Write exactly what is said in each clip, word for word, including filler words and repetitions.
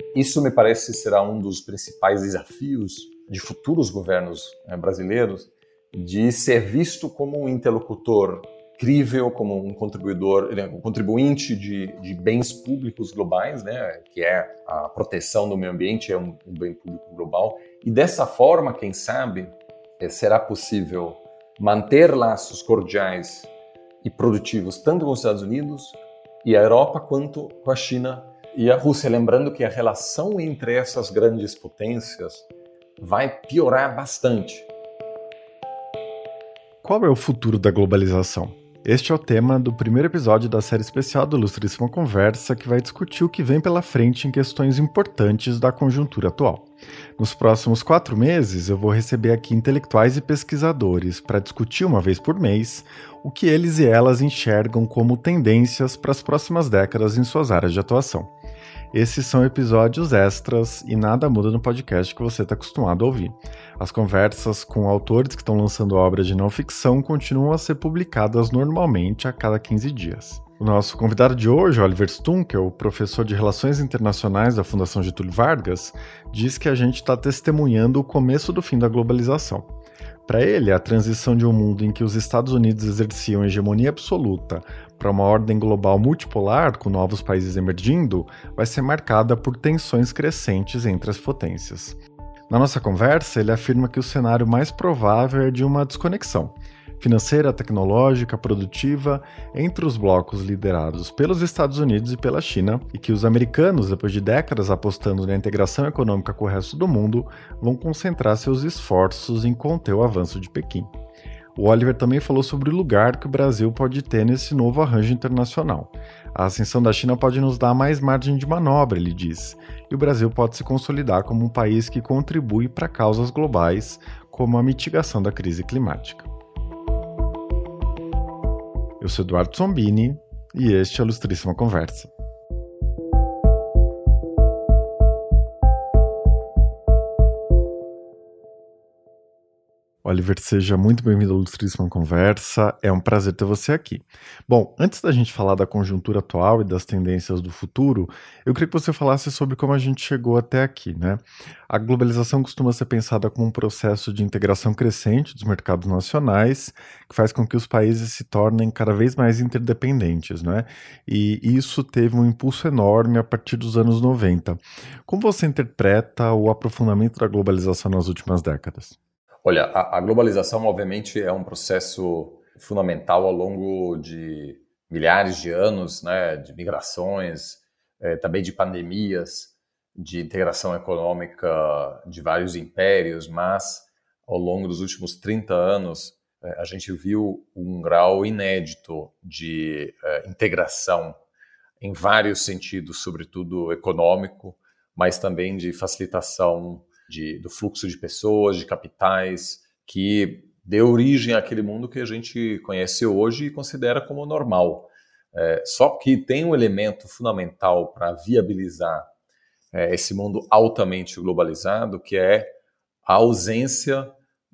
Isso me parece será um dos principais desafios de futuros governos né, brasileiros, de ser visto como um interlocutor crível, como um contribuidor, um contribuinte de, de bens públicos globais, né, que é a proteção do meio ambiente, é um, um bem público global. E dessa forma, quem sabe, será possível manter laços cordiais e produtivos tanto com os Estados Unidos e a Europa quanto com a China e a Rússia. Lembrando que a relação entre essas grandes potências vai piorar bastante. Qual é o futuro da globalização? Este é o tema do primeiro episódio da série especial do Ilustríssima Conversa, que vai discutir o que vem pela frente em questões importantes da conjuntura atual. Nos próximos quatro meses, eu vou receber aqui intelectuais e pesquisadores para discutir uma vez por mês o que eles e elas enxergam como tendências para as próximas décadas em suas áreas de atuação. Esses são episódios extras e nada muda no podcast que você está acostumado a ouvir. As conversas com autores que estão lançando obras de não ficção continuam a ser publicadas normalmente a cada quinze dias. O nosso convidado de hoje, Oliver Stunkel, professor de Relações Internacionais da Fundação Getúlio Vargas, diz que a gente está testemunhando o começo do fim da globalização. Para ele, a transição de um mundo em que os Estados Unidos exerciam hegemonia absoluta para uma ordem global multipolar, com novos países emergindo, vai ser marcada por tensões crescentes entre as potências. Na nossa conversa, ele afirma que o cenário mais provável é de uma desconexão financeira, tecnológica, produtiva, entre os blocos liderados pelos Estados Unidos e pela China, e que os americanos, depois de décadas apostando na integração econômica com o resto do mundo, vão concentrar seus esforços em conter o avanço de Pequim. O Oliver também falou sobre o lugar que o Brasil pode ter nesse novo arranjo internacional. A ascensão da China pode nos dar mais margem de manobra, ele diz, e o Brasil pode se consolidar como um país que contribui para causas globais, como a mitigação da crise climática. Eu sou Eduardo Zombini e este é a Ilustríssima Conversa. Oliver, seja muito bem-vindo ao Ilustríssima Conversa, é um prazer ter você aqui. Bom, antes da gente falar da conjuntura atual e das tendências do futuro, eu queria que você falasse sobre como a gente chegou até aqui, né? A globalização costuma ser pensada como um processo de integração crescente dos mercados nacionais, que faz com que os países se tornem cada vez mais interdependentes, né? E isso teve um impulso enorme a partir dos anos noventa. Como você interpreta o aprofundamento da globalização nas últimas décadas? Olha, a, a globalização, obviamente, é um processo fundamental ao longo de milhares de anos, né, de migrações, eh, também de pandemias, de integração econômica de vários impérios, mas ao longo dos últimos trinta anos, eh, a gente viu um grau inédito de eh, integração em vários sentidos, sobretudo econômico, mas também de facilitação De, do fluxo de pessoas, de capitais, que deu origem àquele mundo que a gente conhece hoje e considera como normal. É, só que tem um elemento fundamental para viabilizar é, esse mundo altamente globalizado, que é a ausência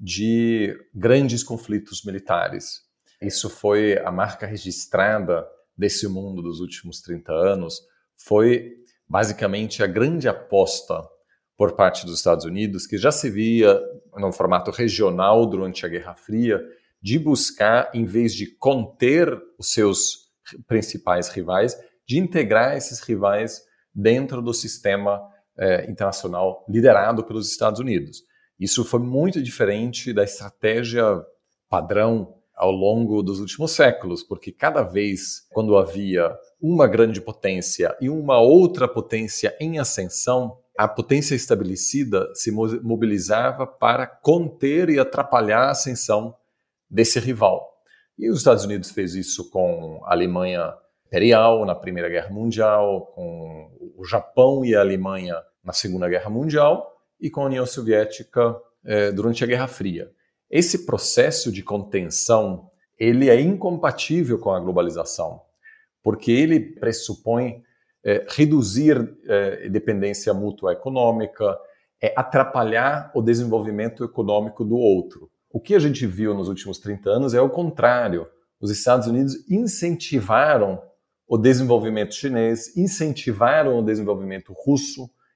de grandes conflitos militares. Isso foi a marca registrada desse mundo dos últimos trinta anos, foi basicamente a grande aposta por parte dos Estados Unidos, que já se via num formato regional durante a Guerra Fria, de buscar, em vez de conter os seus principais rivais, de integrar esses rivais dentro do sistema eh, internacional liderado pelos Estados Unidos. Isso foi muito diferente da estratégia padrão ao longo dos últimos séculos, porque cada vez quando havia uma grande potência e uma outra potência em ascensão, a potência estabelecida se mobilizava para conter e atrapalhar a ascensão desse rival. E os Estados Unidos fez isso com a Alemanha Imperial na Primeira Guerra Mundial, com o Japão e a Alemanha na Segunda Guerra Mundial e com a União Soviética eh, durante a Guerra Fria. Esse processo de contenção, ele é incompatível com a globalização, porque ele pressupõe É, reduzir é, dependência mútua econômica, é atrapalhar o desenvolvimento econômico do outro. O que a gente viu nos últimos trinta anos é o contrário. Os Estados Unidos incentivaram o desenvolvimento chinês, incentivaram o desenvolvimento russo,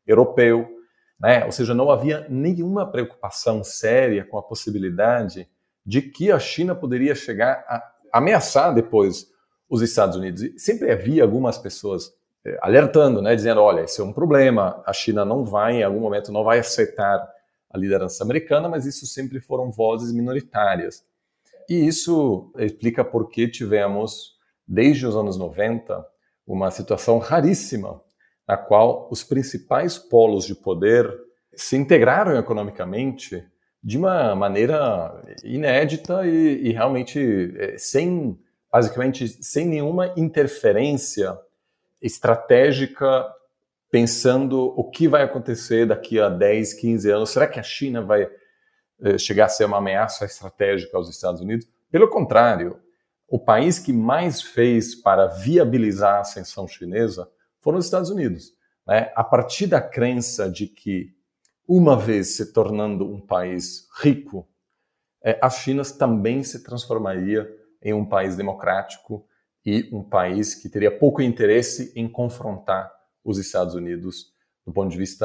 europeu, né? Ou seja, não havia nenhuma preocupação séria com a possibilidade de que a China poderia chegar a ameaçar depois os Estados Unidos. E sempre havia algumas pessoas eh, alertando, né, dizendo, olha, esse é um problema, a China não vai, em algum momento, não vai aceitar a liderança americana, mas isso sempre foram vozes minoritárias. E isso explica por que tivemos, desde os anos noventa, uma situação raríssima, na qual os principais polos de poder se integraram economicamente de uma maneira inédita e, e realmente sem, basicamente, sem nenhuma interferência estratégica, pensando o que vai acontecer daqui a dez, quinze anos. Será que a China vai eh, chegar a ser uma ameaça estratégica aos Estados Unidos? Pelo contrário, o país que mais fez para viabilizar a ascensão chinesa foram os Estados Unidos, né? A partir da crença de que, uma vez se tornando um país rico, eh, a China também se transformaria em um país democrático e um país que teria pouco interesse em confrontar os Estados Unidos do ponto de vista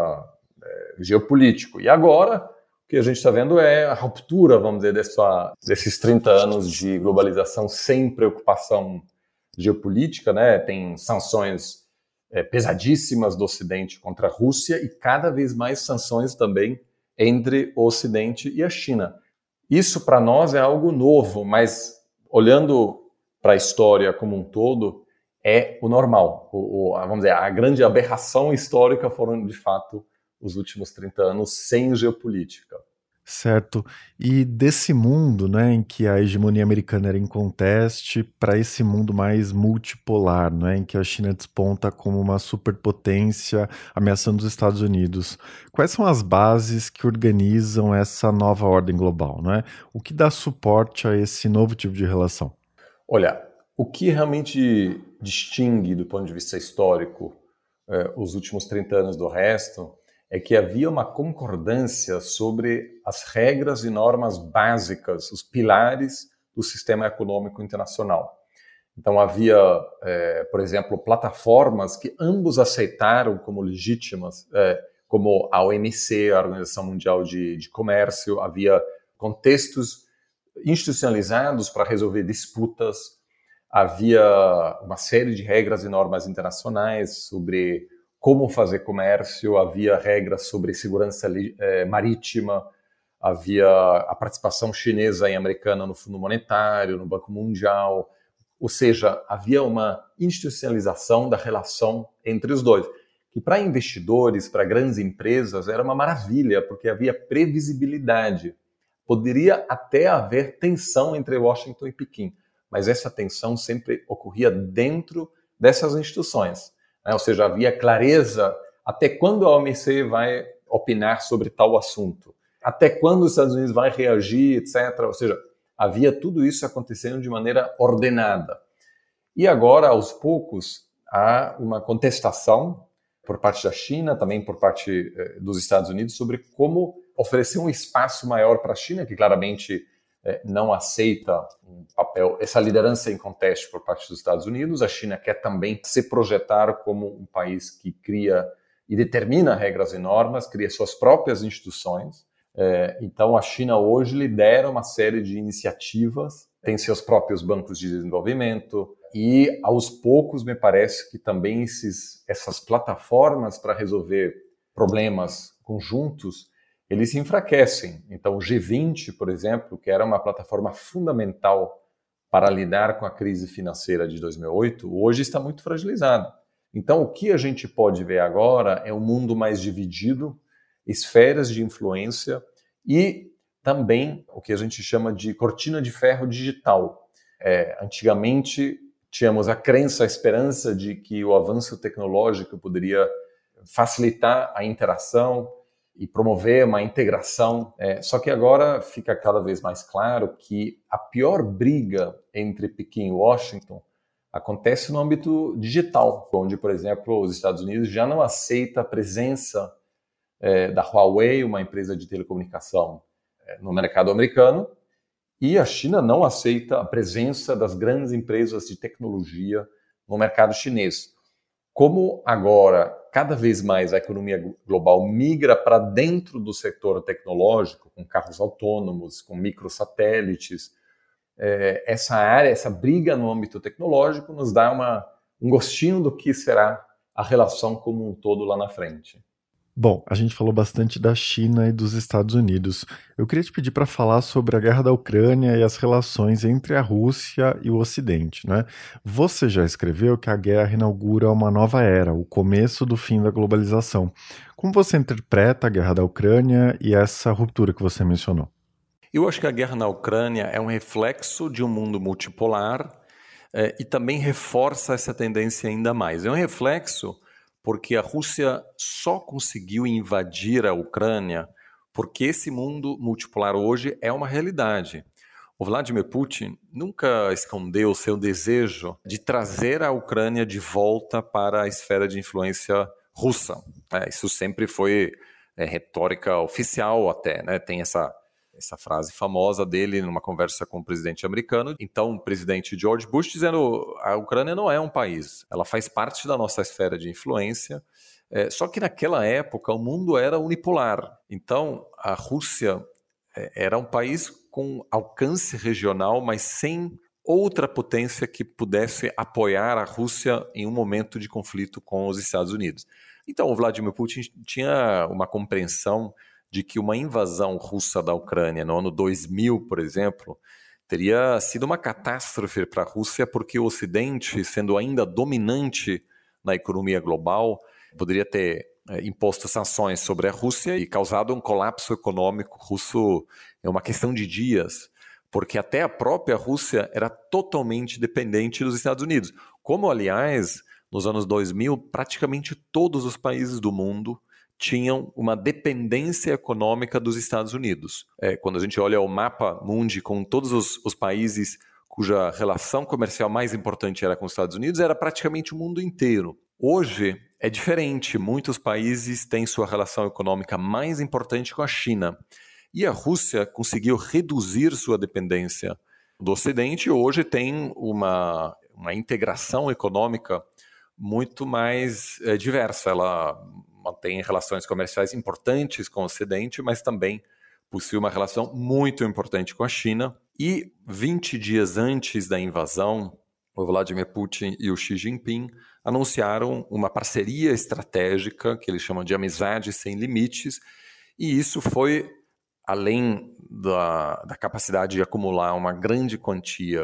eh, geopolítico. E agora, o que a gente está vendo é a ruptura, vamos dizer, dessa, desses trinta anos de globalização sem preocupação geopolítica, né? Tem sanções é, pesadíssimas do Ocidente contra a Rússia e cada vez mais sanções também entre o Ocidente e a China. Isso para nós é algo novo, mas olhando para a história como um todo, é o normal. O, o, vamos dizer, a grande aberração histórica foram, de fato, os últimos trinta anos sem geopolítica. Certo. E desse mundo, né, em que a hegemonia americana era inconteste, para esse mundo mais multipolar, né, em que a China desponta como uma superpotência ameaçando os Estados Unidos, quais são as bases que organizam essa nova ordem global, né? O que dá suporte a esse novo tipo de relação? Olha, o que realmente distingue, do ponto de vista histórico, eh, os últimos trinta anos do resto, é que havia uma concordância sobre as regras e normas básicas, os pilares do sistema econômico internacional. Então havia, é, por exemplo, plataformas que ambos aceitaram como legítimas, é, como a O M C, a Organização Mundial de, de Comércio, havia contextos institucionalizados para resolver disputas, havia uma série de regras e normas internacionais sobre como fazer comércio, havia regras sobre segurança eh, marítima, havia a participação chinesa e americana no Fundo Monetário, no Banco Mundial, ou seja, havia uma institucionalização da relação entre os dois, que para investidores, para grandes empresas, era uma maravilha, porque havia previsibilidade. Poderia até haver tensão entre Washington e Pequim, mas essa tensão sempre ocorria dentro dessas instituições. Ou seja, havia clareza até quando a O M C vai opinar sobre tal assunto, até quando os Estados Unidos vai reagir, etcétera. Ou seja, havia tudo isso acontecendo de maneira ordenada. E agora, aos poucos, há uma contestação por parte da China, também por parte eh, dos Estados Unidos, sobre como oferecer um espaço maior para a China, que claramente eh, não aceita um papel, essa liderança em conteste por parte dos Estados Unidos. A China quer também se projetar como um país que cria e determina regras e normas, cria suas próprias instituições. Eh, então, a China hoje lidera uma série de iniciativas, tem seus próprios bancos de desenvolvimento e, aos poucos, me parece que também esses, essas plataformas para resolver problemas conjuntos, eles se enfraquecem. Então, o G vinte, por exemplo, que era uma plataforma fundamental para lidar com a crise financeira de dois mil e oito, hoje está muito fragilizado. Então, o que a gente pode ver agora é um mundo mais dividido, esferas de influência e também o que a gente chama de cortina de ferro digital. É, antigamente, tínhamos a crença, a esperança de que o avanço tecnológico poderia facilitar a interação e promover uma integração. É, só que agora fica cada vez mais claro que a pior briga entre Pequim e Washington acontece no âmbito digital, onde, por exemplo, os Estados Unidos já não aceita a presença é, da Huawei, uma empresa de telecomunicação, é, no mercado americano, e a China não aceita a presença das grandes empresas de tecnologia no mercado chinês. Como agora cada vez mais a economia global migra para dentro do setor tecnológico, com carros autônomos, com microsatélites, é, essa área, essa briga no âmbito tecnológico nos dá uma, um gostinho do que será a relação como um todo lá na frente. Bom, a gente falou bastante da China e dos Estados Unidos. Eu queria te pedir para falar sobre a guerra da Ucrânia e as relações entre a Rússia e o Ocidente, né? Você já escreveu que a guerra inaugura uma nova era, o começo do fim da globalização. Como você interpreta a guerra da Ucrânia e essa ruptura que você mencionou? Eu acho que a guerra na Ucrânia é um reflexo de um mundo multipolar eh, e também reforça essa tendência ainda mais. É um reflexo porque a Rússia só conseguiu invadir a Ucrânia porque esse mundo multipolar hoje é uma realidade. O Vladimir Putin nunca escondeu o seu desejo de trazer a Ucrânia de volta para a esfera de influência russa. É, isso sempre foi é, retórica oficial até, né? Tem essa, essa frase famosa dele numa conversa com o presidente americano. Então, o presidente George Bush dizendo a Ucrânia não é um país, ela faz parte da nossa esfera de influência. É, só que naquela época o mundo era unipolar. Então, a Rússia é, era um país com alcance regional, mas sem outra potência que pudesse apoiar a Rússia em um momento de conflito com os Estados Unidos. Então, o Vladimir Putin tinha uma compreensão de que uma invasão russa da Ucrânia no ano dois mil, por exemplo, teria sido uma catástrofe para a Rússia, porque o Ocidente, sendo ainda dominante na economia global, poderia ter é, imposto sanções sobre a Rússia e causado um colapso econômico russo em uma questão de dias, porque até a própria Rússia era totalmente dependente dos Estados Unidos. Como, aliás, nos anos dois mil, praticamente todos os países do mundo tinham uma dependência econômica dos Estados Unidos. É, quando a gente olha o mapa mundi com todos os, os países cuja relação comercial mais importante era com os Estados Unidos, era praticamente o mundo inteiro. Hoje é diferente, muitos países têm sua relação econômica mais importante com a China. E a Rússia conseguiu reduzir sua dependência do Ocidente e hoje tem uma, uma integração econômica muito mais é, diversa. Ela mantém relações comerciais importantes com o Ocidente, mas também possui uma relação muito importante com a China. E vinte dias antes da invasão, o Vladimir Putin e o Xi Jinping anunciaram uma parceria estratégica que eles chamam de amizade sem limites, e isso foi além da, da capacidade de acumular uma grande quantia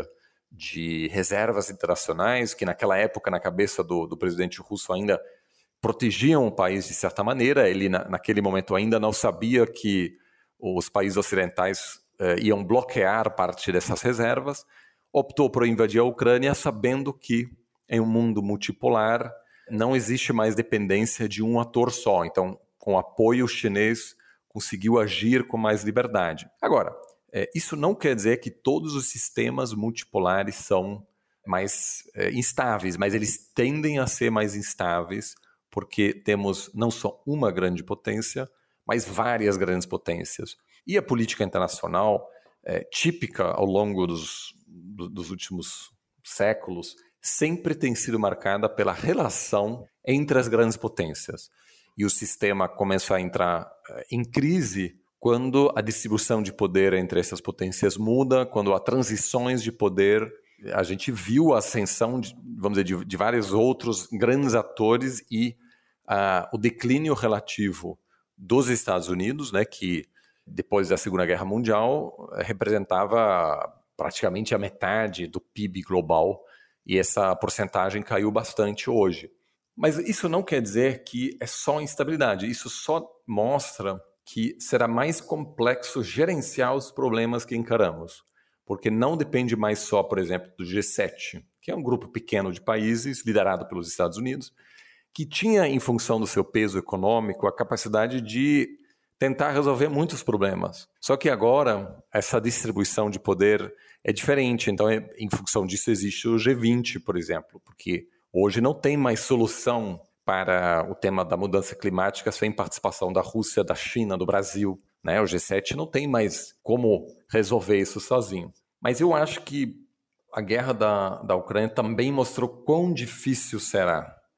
de reservas internacionais, que naquela época, na cabeça do, do presidente russo, ainda protegiam o país de certa maneira. Ele, na, naquele momento, ainda não sabia que os países ocidentais eh, iam bloquear parte dessas reservas. Optou por invadir a Ucrânia, sabendo que em um mundo multipolar não existe mais dependência de um ator só. Então, com apoio chinês, conseguiu agir com mais liberdade. Agora, é, isso não quer dizer que todos os sistemas multipolares são mais é, instáveis, mas eles tendem a ser mais instáveis porque temos não só uma grande potência, mas várias grandes potências. E a política internacional, é, típica ao longo dos, dos últimos séculos, sempre tem sido marcada pela relação entre as grandes potências. E o sistema começa a entrar em crise quando a distribuição de poder entre essas potências muda, quando há transições de poder. A gente viu a ascensão, de, vamos dizer, de, de vários outros grandes atores e uh, o declínio relativo dos Estados Unidos, né, que depois da Segunda Guerra Mundial representava praticamente a metade do P I B global, e essa porcentagem caiu bastante hoje. Mas isso não quer dizer que é só instabilidade, isso só mostra que será mais complexo gerenciar os problemas que encaramos, porque não depende mais só, por exemplo, do G sete, que é um grupo pequeno de países liderado pelos Estados Unidos, que tinha, em função do seu peso econômico, a capacidade de tentar resolver muitos problemas. Só que agora, essa distribuição de poder é diferente, então, em função disso, existe o G vinte, por exemplo, porque hoje não tem mais solução para o tema da mudança climática sem participação da Rússia, da China, do Brasil, né? O G sete não tem mais como resolver isso sozinho. Mas eu acho que a guerra da, da Ucrânia também mostrou quão difícil será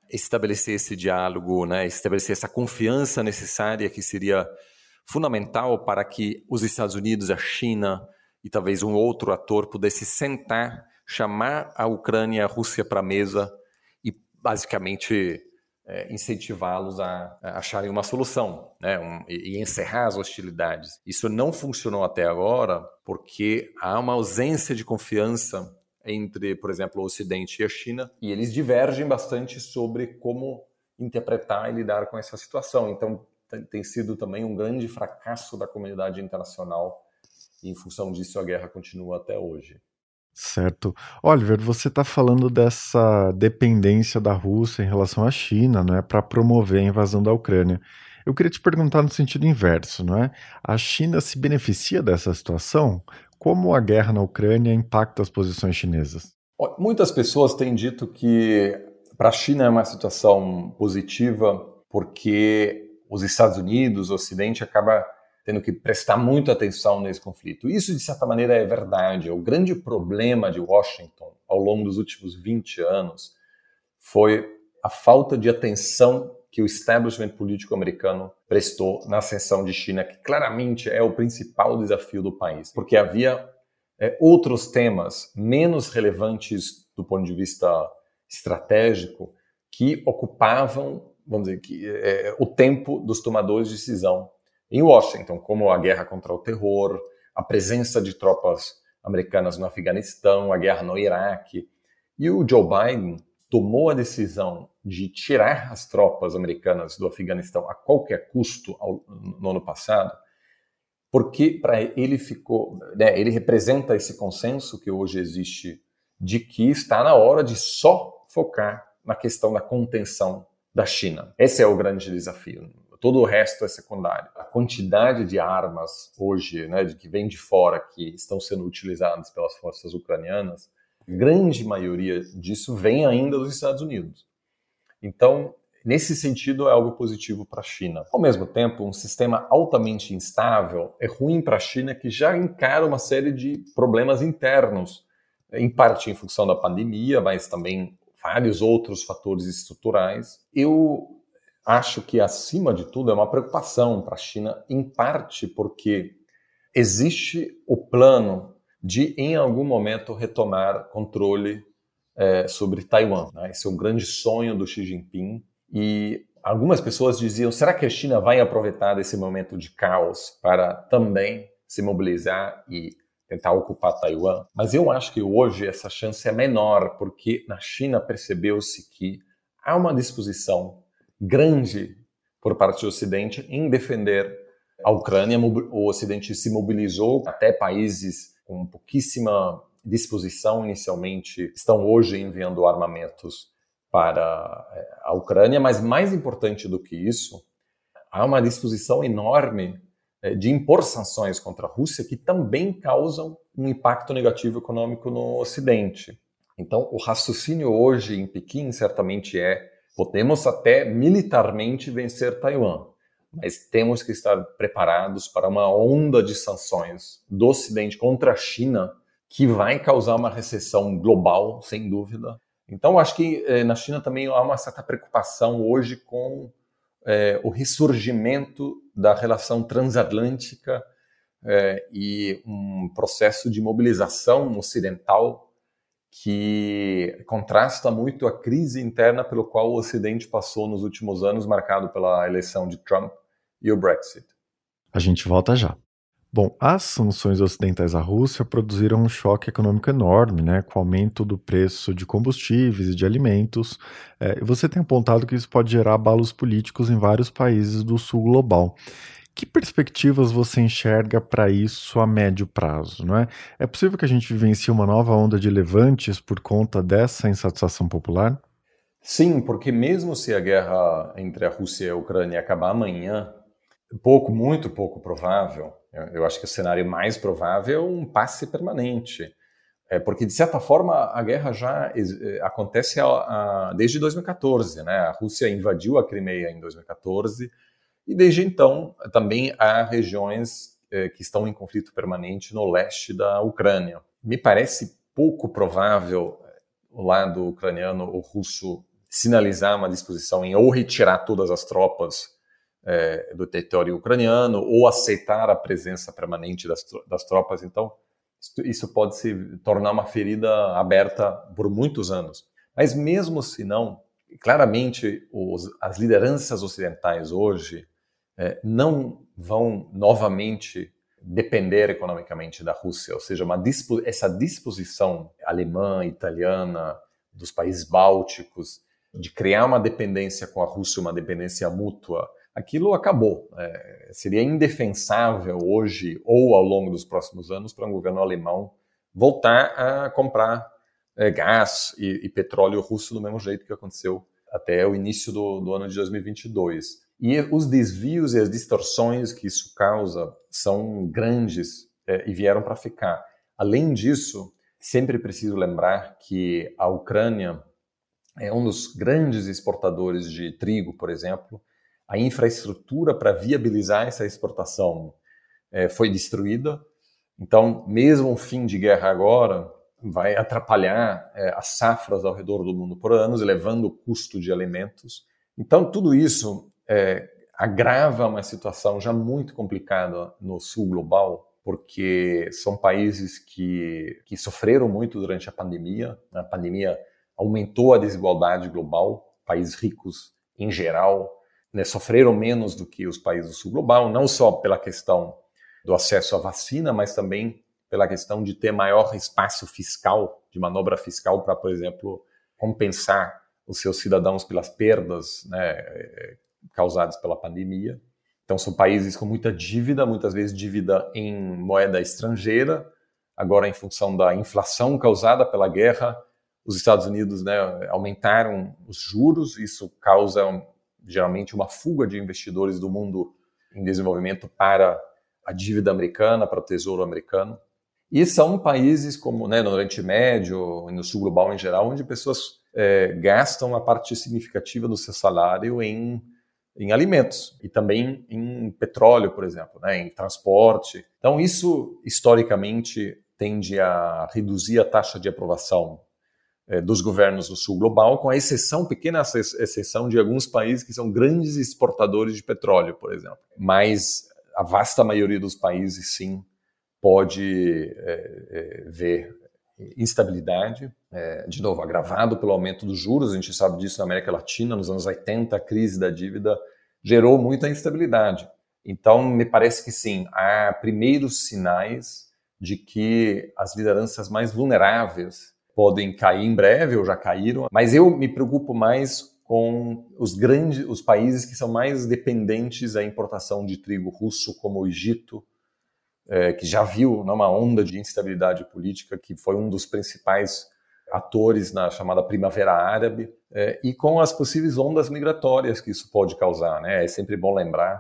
estabelecer esse diálogo, né, estabelecer essa confiança necessária que seria fundamental para que os Estados Unidos, a China e talvez um outro ator pudesse sentar, chamar a Ucrânia e a Rússia para a mesa e basicamente é, incentivá-los a, a acharem uma solução, né, um, e, e encerrar as hostilidades. Isso não funcionou até agora porque há uma ausência de confiança entre, por exemplo, o Ocidente e a China, e eles divergem bastante sobre como interpretar e lidar com essa situação. Então, tem sido também um grande fracasso da comunidade internacional, e em função disso a guerra continua até hoje. Certo. Oliver, você está falando dessa dependência da Rússia em relação à China, não é, para promover a invasão da Ucrânia. Eu queria te perguntar no sentido inverso, não é? A China se beneficia dessa situação? Como a guerra na Ucrânia impacta as posições chinesas? Muitas pessoas têm dito que para a China é uma situação positiva porque os Estados Unidos, o Ocidente, acaba tendo que prestar muita atenção nesse conflito. Isso, de certa maneira, é verdade. O grande problema de Washington ao longo dos últimos vinte anos foi a falta de atenção que o establishment político americano prestou na ascensão de China, que claramente é o principal desafio do país, porque havia é, outros temas menos relevantes do ponto de vista estratégico que ocupavam, vamos dizer, que, é, o tempo dos tomadores de decisão em Washington, como a guerra contra o terror, a presença de tropas americanas no Afeganistão, a guerra no Iraque. E o Joe Biden tomou a decisão de tirar as tropas americanas do Afeganistão a qualquer custo ao, no ano passado, porque para ele ficou, né, ele representa esse consenso que hoje existe de que está na hora de só focar na questão da contenção da China. Esse é o grande desafio. Todo o resto é secundário. A quantidade de armas hoje, né, de que vem de fora, que estão sendo utilizadas pelas forças ucranianas, a grande maioria disso vem ainda dos Estados Unidos. Então, nesse sentido, é algo positivo para a China. Ao mesmo tempo, um sistema altamente instável é ruim para a China, que já encara uma série de problemas internos, em parte em função da pandemia, mas também vários outros fatores estruturais. Eu acho que, acima de tudo, é uma preocupação para a China, em parte porque existe o plano de, em algum momento, retomar controle é, sobre Taiwan, né? Esse é um grande sonho do Xi Jinping. E algumas pessoas diziam, será que a China vai aproveitar desse momento de caos para também se mobilizar e tentar ocupar Taiwan? Mas eu acho que hoje essa chance é menor, porque na China percebeu-se que há uma disposição grande por parte do Ocidente em defender a Ucrânia. O Ocidente se mobilizou, até países com pouquíssima disposição inicialmente estão hoje enviando armamentos para a Ucrânia, mas mais importante do que isso, há uma disposição enorme de impor sanções contra a Rússia que também causam um impacto negativo econômico no Ocidente. Então, o raciocínio hoje em Pequim certamente é: podemos até militarmente vencer Taiwan, mas temos que estar preparados para uma onda de sanções do Ocidente contra a China que vai causar uma recessão global, sem dúvida. Então, acho que eh, na China também há uma certa preocupação hoje com eh, o ressurgimento da relação transatlântica eh, e um processo de mobilização ocidental que contrasta muito a crise interna pelo qual o Ocidente passou nos últimos anos, marcado pela eleição de Trump e o Brexit. A gente volta já. Bom, as sanções ocidentais à Rússia produziram um choque econômico enorme, né, com o aumento do preço de combustíveis e de alimentos. É, você tem apontado que isso pode gerar abalos políticos em vários países do sul global. Que perspectivas você enxerga para isso a médio prazo, não é? É possível que a gente vivencie uma nova onda de levantes por conta dessa insatisfação popular? Sim, porque mesmo se a guerra entre a Rússia e a Ucrânia acabar amanhã, pouco, muito pouco provável, eu acho que o cenário mais provável é um passe permanente. É, porque, de certa forma, a guerra já acontece a, a, desde dois mil e catorze. Né? A Rússia invadiu a Crimeia em dois mil e catorze e, desde então, também há regiões é, que estão em conflito permanente no leste da Ucrânia. Me parece pouco provável o lado ucraniano ou russo sinalizar uma disposição em ou retirar todas as tropas é, do território ucraniano ou aceitar a presença permanente das, das tropas. Então, isso pode se tornar uma ferida aberta por muitos anos. Mas mesmo se não, claramente os, as lideranças ocidentais hoje é, não vão novamente depender economicamente da Rússia, ou seja, uma dispo, essa disposição alemã, italiana, dos países bálticos, de criar uma dependência com a Rússia, uma dependência mútua, aquilo acabou. É, seria indefensável hoje ou ao longo dos próximos anos para um governo alemão voltar a comprar é, gás e, e petróleo russo do mesmo jeito que aconteceu até o início do, do ano de dois mil e vinte e dois. E os desvios e as distorções que isso causa são grandes é, e vieram para ficar. Além disso, sempre preciso lembrar que a Ucrânia é um dos grandes exportadores de trigo, por exemplo. A infraestrutura para viabilizar essa exportação é, foi destruída. Então, mesmo o fim de guerra agora vai atrapalhar é, as safras ao redor do mundo por anos, elevando o custo de alimentos. Então, tudo isso é, agrava uma situação já muito complicada no sul global, porque são países que, que sofreram muito durante a pandemia. A pandemia aumentou a desigualdade global. Países ricos, em geral, né, sofreram menos do que os países do sul global, não só pela questão do acesso à vacina, mas também pela questão de ter maior espaço fiscal, de manobra fiscal para, por exemplo, compensar os seus cidadãos pelas perdas, né, causadas pela pandemia. Então, são países com muita dívida, muitas vezes dívida em moeda estrangeira. Agora, em função da inflação causada pela guerra, os Estados Unidos, né, aumentaram os juros. Isso causa, geralmente, uma fuga de investidores do mundo em desenvolvimento para a dívida americana, para o tesouro americano. E são países como, né, no Oriente Médio e no sul global em geral, onde pessoas é, gastam uma parte significativa do seu salário em em alimentos e também em petróleo, por exemplo, né, em transporte. Então, isso, historicamente, tende a reduzir a taxa de aprovação eh, dos governos do sul global, com a exceção, pequena exceção, de alguns países que são grandes exportadores de petróleo, por exemplo. Mas a vasta maioria dos países, sim, pode eh, eh, ver instabilidade, é, de novo, agravado pelo aumento dos juros. A gente sabe disso na América Latina, nos anos oitenta, a crise da dívida gerou muita instabilidade. Então, me parece que sim, há primeiros sinais de que as lideranças mais vulneráveis podem cair em breve, ou já caíram, mas eu me preocupo mais com os grandes, os países que são mais dependentes da importação de trigo russo, como o Egito, É, que já viu numa onda de instabilidade política, que foi um dos principais atores na chamada Primavera Árabe, é, e com as possíveis ondas migratórias que isso pode causar, né? É sempre bom lembrar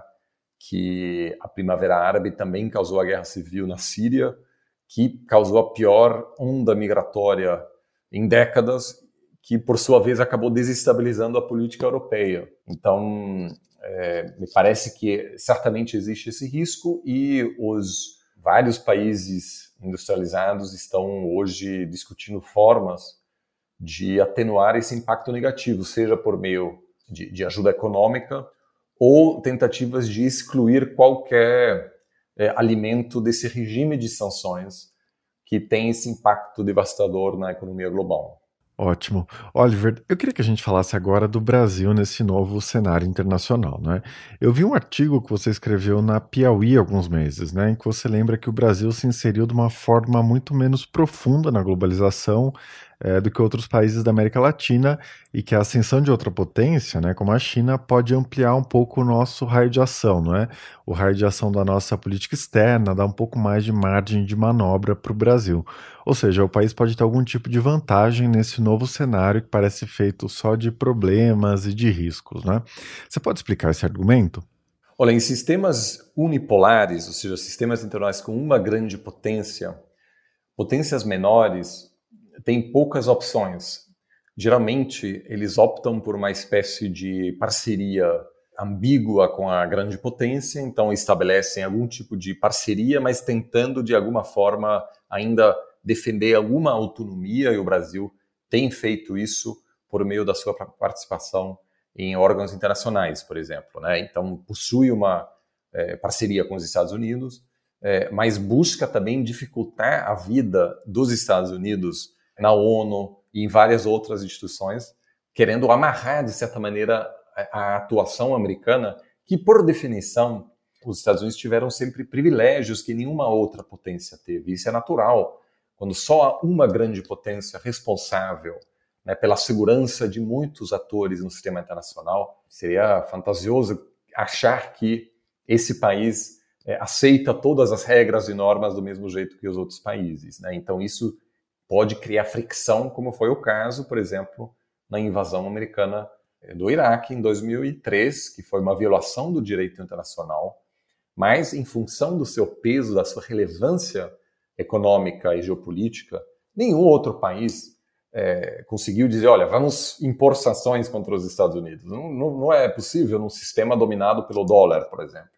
que a Primavera Árabe também causou a guerra civil na Síria, que causou a pior onda migratória em décadas, que por sua vez acabou desestabilizando a política europeia. Então, é, me parece que certamente existe esse risco, e os vários países industrializados estão hoje discutindo formas de atenuar esse impacto negativo, seja por meio de, de ajuda econômica ou tentativas de excluir qualquer é, alimento desse regime de sanções que tem esse impacto devastador na economia global. Ótimo. Oliver, eu queria que a gente falasse agora do Brasil nesse novo cenário internacional, né? Eu vi um artigo que você escreveu na Piauí há alguns meses, né, em que você lembra que o Brasil se inseriu de uma forma muito menos profunda na globalização é, do que outros países da América Latina, e que a ascensão de outra potência, né, como a China, pode ampliar um pouco o nosso raio de ação, não é? O raio de ação da nossa política externa, dá um pouco mais de margem de manobra para o Brasil. Ou seja, o país pode ter algum tipo de vantagem nesse novo cenário que parece feito só de problemas e de riscos, né? Você pode explicar esse argumento? Olha, em sistemas unipolares, ou seja, sistemas internacionais com uma grande potência, potências menores têm poucas opções. Geralmente, eles optam por uma espécie de parceria ambígua com a grande potência, então estabelecem algum tipo de parceria, mas tentando, de alguma forma, ainda defender alguma autonomia, e o Brasil tem feito isso por meio da sua participação em órgãos internacionais, por exemplo, né? Então, possui uma é, parceria com os Estados Unidos, é, mas busca também dificultar a vida dos Estados Unidos na ONU e em várias outras instituições, querendo amarrar, de certa maneira, a, a atuação americana, que, por definição, os Estados Unidos tiveram sempre privilégios que nenhuma outra potência teve. Isso é natural. Quando só há uma grande potência responsável, né, pela segurança de muitos atores no sistema internacional, seria fantasioso achar que esse país é, aceita todas as regras e normas do mesmo jeito que os outros países, né? Então isso pode criar fricção, como foi o caso, por exemplo, na invasão americana do Iraque em dois mil e três, que foi uma violação do direito internacional, mas em função do seu peso, da sua relevância econômica e geopolítica, nenhum outro país é, conseguiu dizer, olha, vamos impor sanções contra os Estados Unidos. Não, não, não é possível num sistema dominado pelo dólar, por exemplo.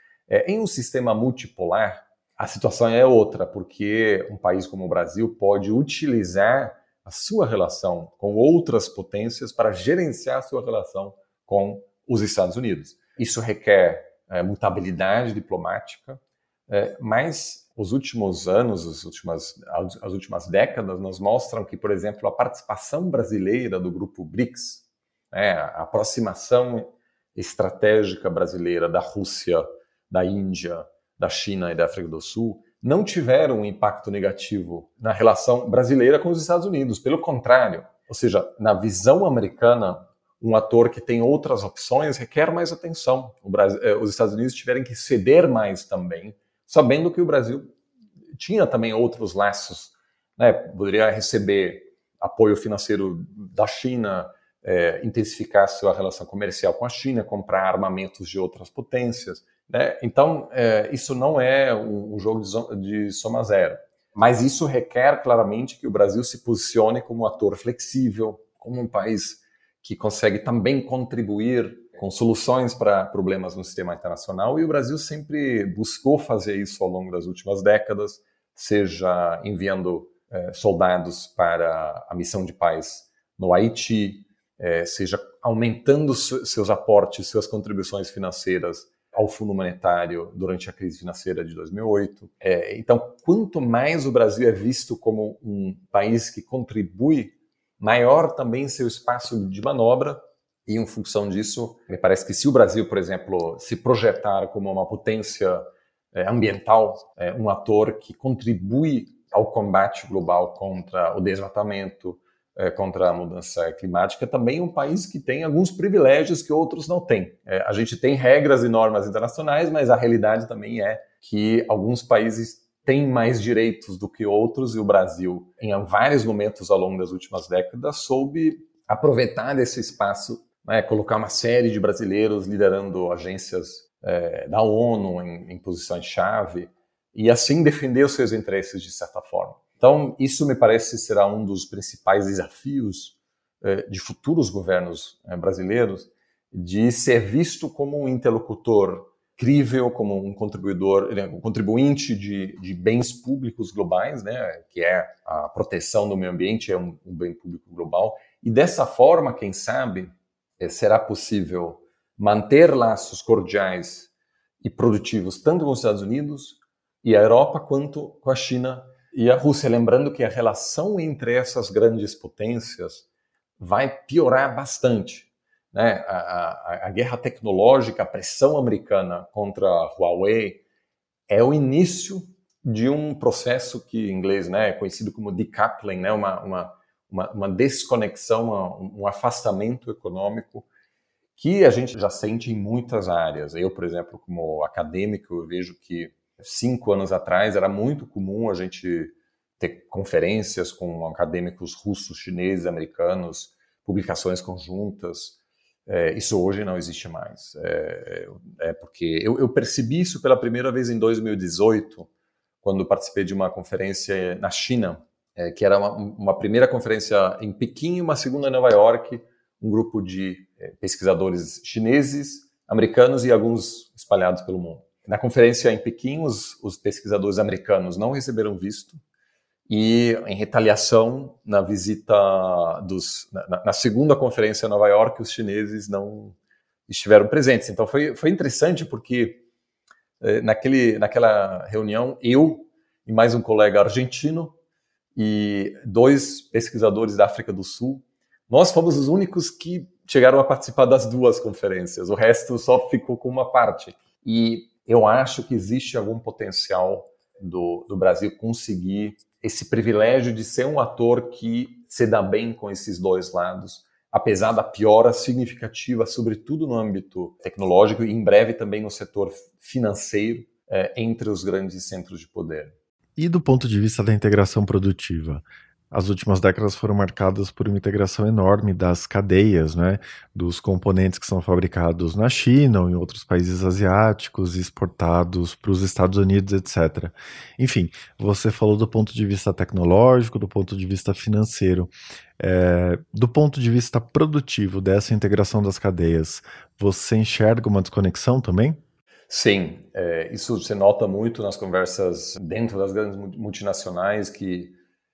É, em um sistema multipolar, a situação é outra, porque um país como o Brasil pode utilizar a sua relação com outras potências para gerenciar a sua relação com os Estados Unidos. Isso requer é, mutabilidade diplomática, é, mas os últimos anos, as últimas, as últimas décadas nos mostram que, por exemplo, a participação brasileira do grupo BRICS, né, a aproximação estratégica brasileira da Rússia, da Índia, da China e da África do Sul, não tiveram um impacto negativo na relação brasileira com os Estados Unidos. Pelo contrário, ou seja, na visão americana, um ator que tem outras opções requer mais atenção. O Brasil, eh, os Estados Unidos tiveram que ceder mais também, sabendo que o Brasil tinha também outros laços, né? Poderia receber apoio financeiro da China, eh, intensificar sua relação comercial com a China, comprar armamentos de outras potências, né? Então, eh, isso não é um, um jogo de, de soma zero. Mas isso requer claramente que o Brasil se posicione como um ator flexível, como um país que consegue também contribuir com soluções para problemas no sistema internacional, e o Brasil sempre buscou fazer isso ao longo das últimas décadas, seja enviando eh, soldados para a missão de paz no Haiti, eh, seja aumentando seus aportes, suas contribuições financeiras ao Fundo Monetário durante a crise financeira de dois mil e oito. É, então, quanto mais o Brasil é visto como um país que contribui, maior também seu espaço de manobra, e em função disso, me parece que se o Brasil, por exemplo, se projetar como uma potência é, ambiental, é, um ator que contribui ao combate global contra o desmatamento, é, contra a mudança climática, também é um país que tem alguns privilégios que outros não têm. É, a gente tem regras e normas internacionais, mas a realidade também é que alguns países têm mais direitos do que outros, e o Brasil, em vários momentos ao longo das últimas décadas, soube aproveitar desse espaço, né, colocar uma série de brasileiros liderando agências é, da ONU em, em posições-chave, e assim defender os seus interesses de certa forma. Então, isso me parece será um dos principais desafios é, de futuros governos é, brasileiros, de ser visto como um interlocutor crível, como um contribuidor, um contribuinte de, de bens públicos globais, né, que é a proteção do meio ambiente, é um, um bem público global, e dessa forma, quem sabe, será possível manter laços cordiais e produtivos tanto com os Estados Unidos e a Europa quanto com a China e a Rússia. Lembrando que a relação entre essas grandes potências vai piorar bastante, né? A, a, a guerra tecnológica, a pressão americana contra a Huawei é o início de um processo que em inglês, né, é conhecido como decoupling, né? uma, uma Uma, uma desconexão, um, um afastamento econômico que a gente já sente em muitas áreas. Eu, por exemplo, como acadêmico, eu vejo que cinco anos atrás era muito comum a gente ter conferências com acadêmicos russos, chineses, americanos, publicações conjuntas. É, isso hoje não existe mais. É, é porque eu, eu percebi isso pela primeira vez em dois mil e dezoito, quando participei de uma conferência na China, É, que era uma, uma primeira conferência em Pequim e uma segunda em Nova York, um grupo de é, pesquisadores chineses, americanos e alguns espalhados pelo mundo. Na conferência em Pequim, os, os pesquisadores americanos não receberam visto E, em retaliação, na visita dos... Na, na segunda conferência em Nova York, os chineses não estiveram presentes. Então, foi, foi interessante porque eh, naquele, naquela reunião, eu e mais um colega argentino e dois pesquisadores da África do Sul, nós fomos os únicos que chegaram a participar das duas conferências. O resto só ficou com uma parte. E eu acho que existe algum potencial do, do Brasil conseguir esse privilégio de ser um ator que se dá bem com esses dois lados, apesar da piora significativa, sobretudo no âmbito tecnológico e em breve também no setor financeiro, eh, entre os grandes centros de poder. E do ponto de vista da integração produtiva? As últimas décadas foram marcadas por uma integração enorme das cadeias, né, dos componentes que são fabricados na China ou em outros países asiáticos e exportados para os Estados Unidos, etcétera. Enfim, você falou do ponto de vista tecnológico, do ponto de vista financeiro. É, do ponto de vista produtivo dessa integração das cadeias, você enxerga uma desconexão também? Sim, é, isso se nota muito nas conversas dentro das grandes multinacionais que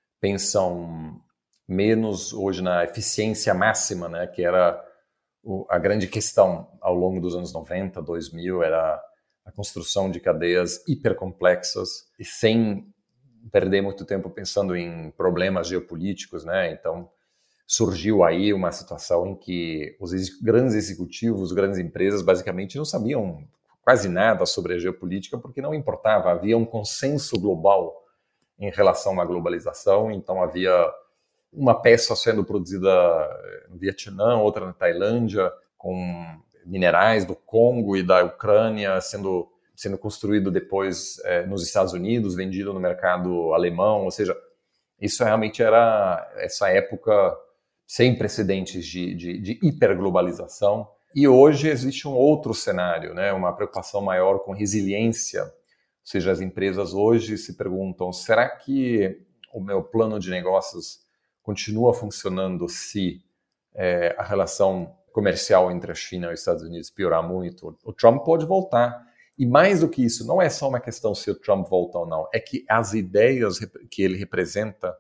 pensam menos hoje na eficiência máxima, né, que era o, a grande questão ao longo dos anos noventa, dois mil, era a construção de cadeias hipercomplexas e sem perder muito tempo pensando em problemas geopolíticos, né? Então surgiu aí uma situação em que os grandes executivos, grandes empresas, basicamente não sabiam quase nada sobre a geopolítica porque não importava, havia um consenso global em relação à globalização, então havia uma peça sendo produzida no Vietnã, outra na Tailândia, com minerais do Congo e da Ucrânia sendo, sendo construído depois eh, nos Estados Unidos, vendido no mercado alemão, ou seja, isso realmente era essa época sem precedentes de, de, de hiperglobalização. E hoje existe um outro cenário, né? Uma preocupação maior com resiliência. Ou seja, as empresas hoje se perguntam, será que o meu plano de negócios continua funcionando se é, a relação comercial entre a China e os Estados Unidos piorar muito? O Trump pode voltar. E mais do que isso, não é só uma questão se o Trump volta ou não, é que as ideias que ele representa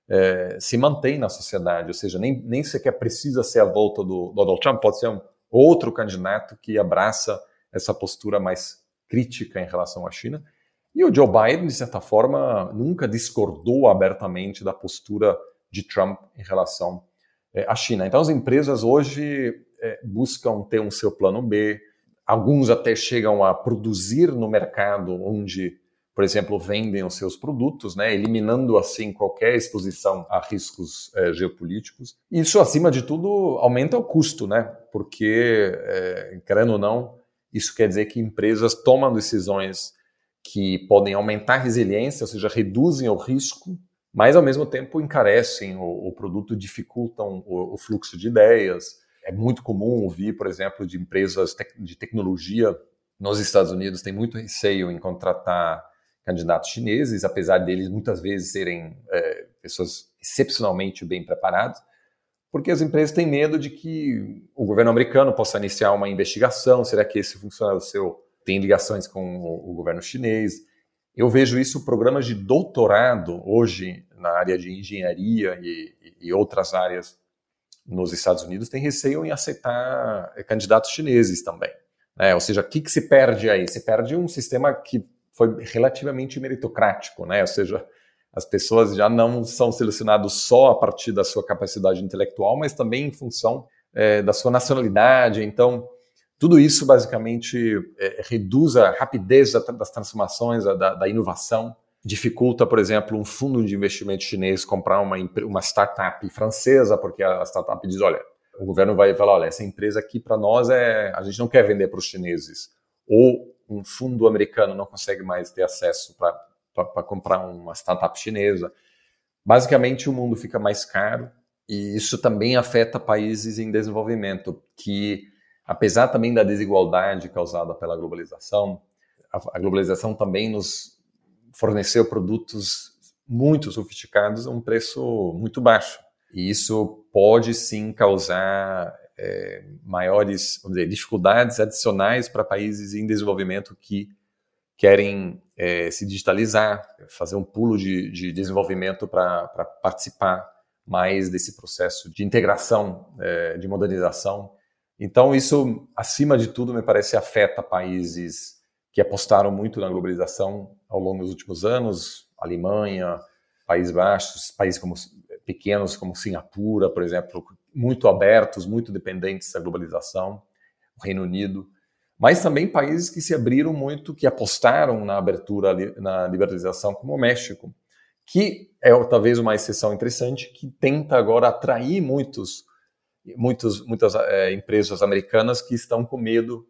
é, se mantêm na sociedade. Ou seja, nem, nem sequer precisa ser a volta do Donald Trump, pode ser um outro candidato que abraça essa postura mais crítica em relação à China. E o Joe Biden, de certa forma, nunca discordou abertamente da postura de Trump em relação é, à China. Então, as empresas hoje é, buscam ter um seu plano B, alguns até chegam a produzir no mercado onde, por exemplo, vendem os seus produtos, né, eliminando assim qualquer exposição a riscos é, geopolíticos. Isso, acima de tudo, aumenta o custo, né, porque, é, querendo ou não, isso quer dizer que empresas tomam decisões que podem aumentar a resiliência, ou seja, reduzem o risco, mas, ao mesmo tempo, encarecem o, o produto, dificultam o, o fluxo de ideias. É muito comum ouvir, por exemplo, de empresas te- de tecnologia nos Estados Unidos, tem muito receio em contratar candidatos chineses, apesar deles muitas vezes serem é, pessoas excepcionalmente bem preparadas, porque as empresas têm medo de que o governo americano possa iniciar uma investigação, será que esse funcionário seu tem ligações com o, o governo chinês? Eu vejo isso, programas de doutorado hoje na área de engenharia e, e outras áreas nos Estados Unidos têm receio em aceitar candidatos chineses também. Né? Ou seja, o que, que se perde aí? Se perde um sistema que foi relativamente meritocrático, né? Ou seja, as pessoas já não são selecionadas só a partir da sua capacidade intelectual, mas também em função é, da sua nacionalidade. Então, tudo isso basicamente é, reduz a rapidez das transformações, da, da inovação, dificulta, por exemplo, um fundo de investimento chinês comprar uma, uma startup francesa, porque a startup diz, olha, o governo vai falar, olha, essa empresa aqui para nós, é, a gente não quer vender para os chineses. Ou um fundo americano não consegue mais ter acesso para comprar uma startup chinesa. Basicamente, o mundo fica mais caro e isso também afeta países em desenvolvimento, que, apesar também da desigualdade causada pela globalização, a, a globalização também nos forneceu produtos muito sofisticados a um preço muito baixo. E isso pode, sim, causar é, maiores, vamos dizer, dificuldades adicionais para países em desenvolvimento que querem é, se digitalizar, fazer um pulo de, de desenvolvimento para participar mais desse processo de integração, é, de modernização. Então, isso, acima de tudo, me parece, afeta países que apostaram muito na globalização ao longo dos últimos anos, Alemanha, Países Baixos, países como, pequenos como Singapura, por exemplo, muito abertos, muito dependentes da globalização, o Reino Unido, mas também países que se abriram muito, que apostaram na abertura, na liberalização, como o México, que é talvez uma exceção interessante, que tenta agora atrair muitos, muitos, muitas é, empresas americanas que estão com medo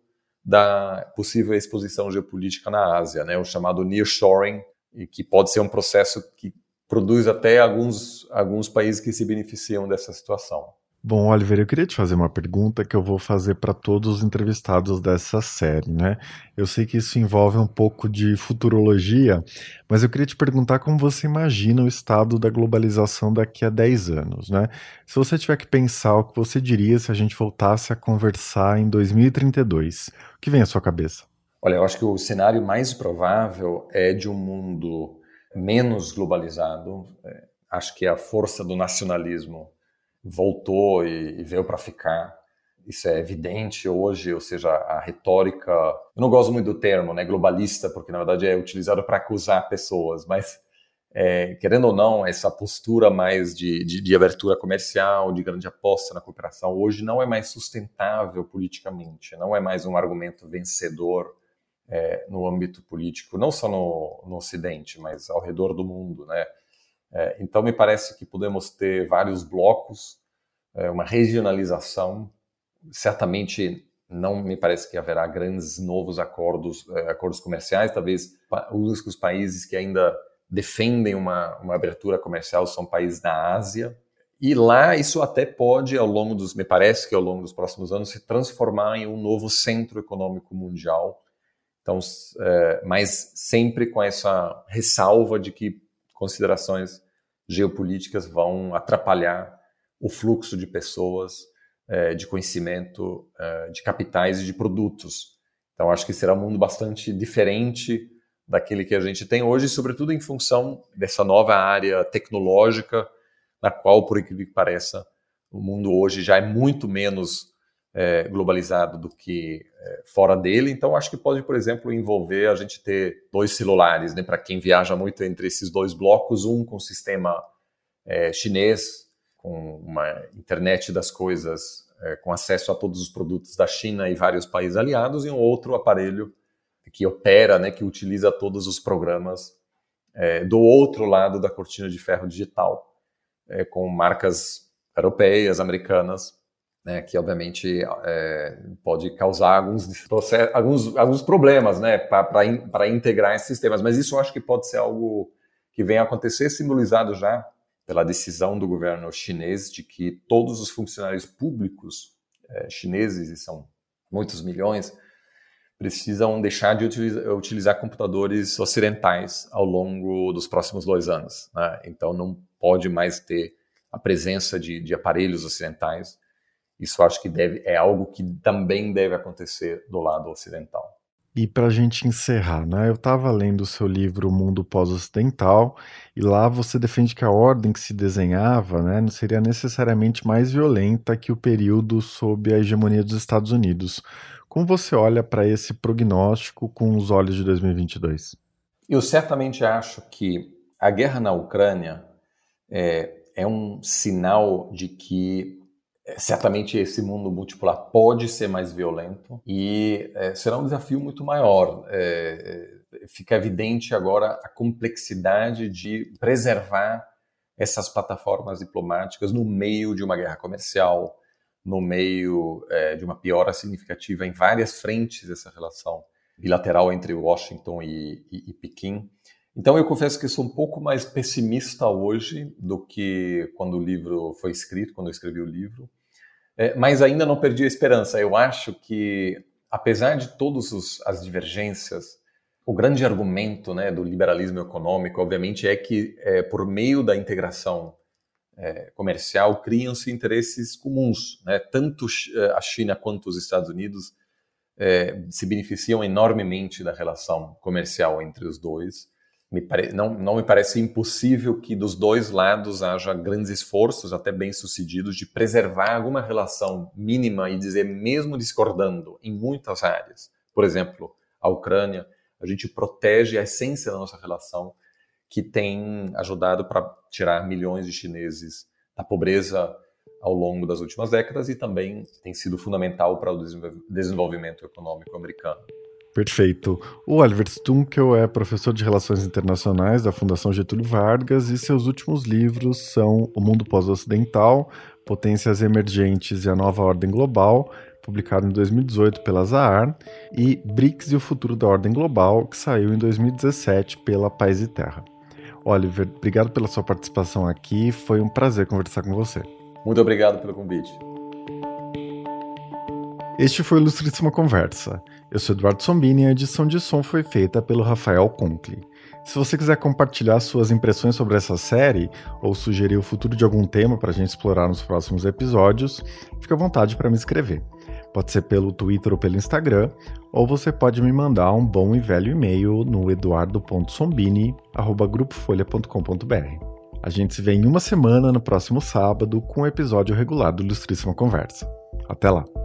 da possível exposição geopolítica na Ásia, né, o chamado nearshoring, e que pode ser um processo que produz até alguns, alguns países que se beneficiam dessa situação. Bom, Oliver, eu queria te fazer uma pergunta que eu vou fazer para todos os entrevistados dessa série, né? Eu sei que isso envolve um pouco de futurologia, mas eu queria te perguntar como você imagina o estado da globalização daqui a dez anos, né? Se você tiver que pensar, o que você diria se a gente voltasse a conversar em dois mil e trinta e dois? O que vem à sua cabeça? Olha, eu acho que o cenário mais provável é de um mundo menos globalizado. É, acho que a força do nacionalismo voltou e, e veio para ficar. Isso é evidente hoje, ou seja, a retórica... Eu não gosto muito do termo, né, globalista, porque na verdade é utilizado para acusar pessoas, mas é, querendo ou não, essa postura mais de, de, de abertura comercial, de grande aposta na cooperação, hoje não é mais sustentável politicamente, não é mais um argumento vencedor é, no âmbito político, não só no, no Ocidente, mas ao redor do mundo, né? É, então, me parece que podemos ter vários blocos, é, uma regionalização. Certamente, não me parece que haverá grandes novos acordos, é, acordos comerciais. Talvez os únicos países que ainda defendem uma, uma abertura comercial são países da Ásia. E lá, isso até pode, ao longo dos, me parece que ao longo dos próximos anos, se transformar em um novo centro econômico mundial. Então, é, mas sempre com essa ressalva de que considerações geopolíticas vão atrapalhar o fluxo de pessoas, de conhecimento, de capitais e de produtos. Então, acho que será um mundo bastante diferente daquele que a gente tem hoje, sobretudo em função dessa nova área tecnológica, na qual, por incrível que pareça, o mundo hoje já é muito menos É, globalizado do que é, fora dele. Então, acho que pode, por exemplo, envolver a gente ter dois celulares, né, para quem viaja muito entre esses dois blocos, um com sistema é, chinês, com uma internet das coisas, é, com acesso a todos os produtos da China e vários países aliados, e um outro aparelho que opera, né, que utiliza todos os programas é, do outro lado da cortina de ferro digital, é, com marcas europeias, americanas, né, que obviamente é, pode causar alguns, alguns, alguns problemas, né, para in, integrar esses sistemas. Mas isso eu acho que pode ser algo que vem a acontecer, simbolizado já pela decisão do governo chinês de que todos os funcionários públicos é, chineses, e são muitos milhões, precisam deixar de utilizar, utilizar computadores ocidentais ao longo dos próximos dois anos. Né? Então não pode mais ter a presença de, de aparelhos ocidentais. Isso acho que deve, é algo que também deve acontecer do lado ocidental. E para a gente encerrar, né? Eu estava lendo o seu livro O Mundo Pós-Ocidental, e lá você defende que a ordem que se desenhava, né, não seria necessariamente mais violenta que o período sob a hegemonia dos Estados Unidos. Como você olha para esse prognóstico com os olhos de dois mil e vinte e dois? Eu certamente acho que a guerra na Ucrânia é, é um sinal de que certamente esse mundo multipolar pode ser mais violento e é, será um desafio muito maior. É, fica evidente agora a complexidade de preservar essas plataformas diplomáticas no meio de uma guerra comercial, no meio é, de uma piora significativa em várias frentes dessa relação bilateral entre Washington e, e, e Pequim. Então, eu confesso que sou um pouco mais pessimista hoje do que quando o livro foi escrito, quando eu escrevi o livro, é, mas ainda não perdi a esperança. Eu acho que, apesar de todas as divergências, o grande argumento, né, do liberalismo econômico, obviamente, é que, é, por meio da integração é, comercial, criam-se interesses comuns, né? Tanto a China quanto os Estados Unidos é, se beneficiam enormemente da relação comercial entre os dois. Me pare... não, não me parece impossível que dos dois lados haja grandes esforços, até bem-sucedidos, de preservar alguma relação mínima e dizer, mesmo discordando em muitas áreas, por exemplo, a Ucrânia, a gente protege a essência da nossa relação, que tem ajudado para tirar milhões de chineses da pobreza ao longo das últimas décadas e também tem sido fundamental para o desenvolvimento econômico americano. Perfeito. O Oliver Stunkel é professor de Relações Internacionais da Fundação Getúlio Vargas e seus últimos livros são O Mundo Pós-Ocidental, Potências Emergentes e a Nova Ordem Global, publicado em dois mil e dezoito pela Zahar, e B R I C S e o Futuro da Ordem Global, que saiu em dois mil e dezessete pela Paz e Terra. Oliver, obrigado pela sua participação aqui, foi um prazer conversar com você. Muito obrigado pelo convite. Este foi o Ilustríssima Conversa. Eu sou Eduardo Sombini e a edição de som foi feita pelo Rafael Conkle. Se você quiser compartilhar suas impressões sobre essa série ou sugerir o futuro de algum tema para a gente explorar nos próximos episódios, fique à vontade para me escrever. Pode ser pelo Twitter ou pelo Instagram, ou você pode me mandar um bom e velho e-mail no eduardo ponto sombini arroba grupo folha ponto com ponto b r. A gente se vê em uma semana no próximo sábado com o um episódio regular do Ilustríssima Conversa. Até lá!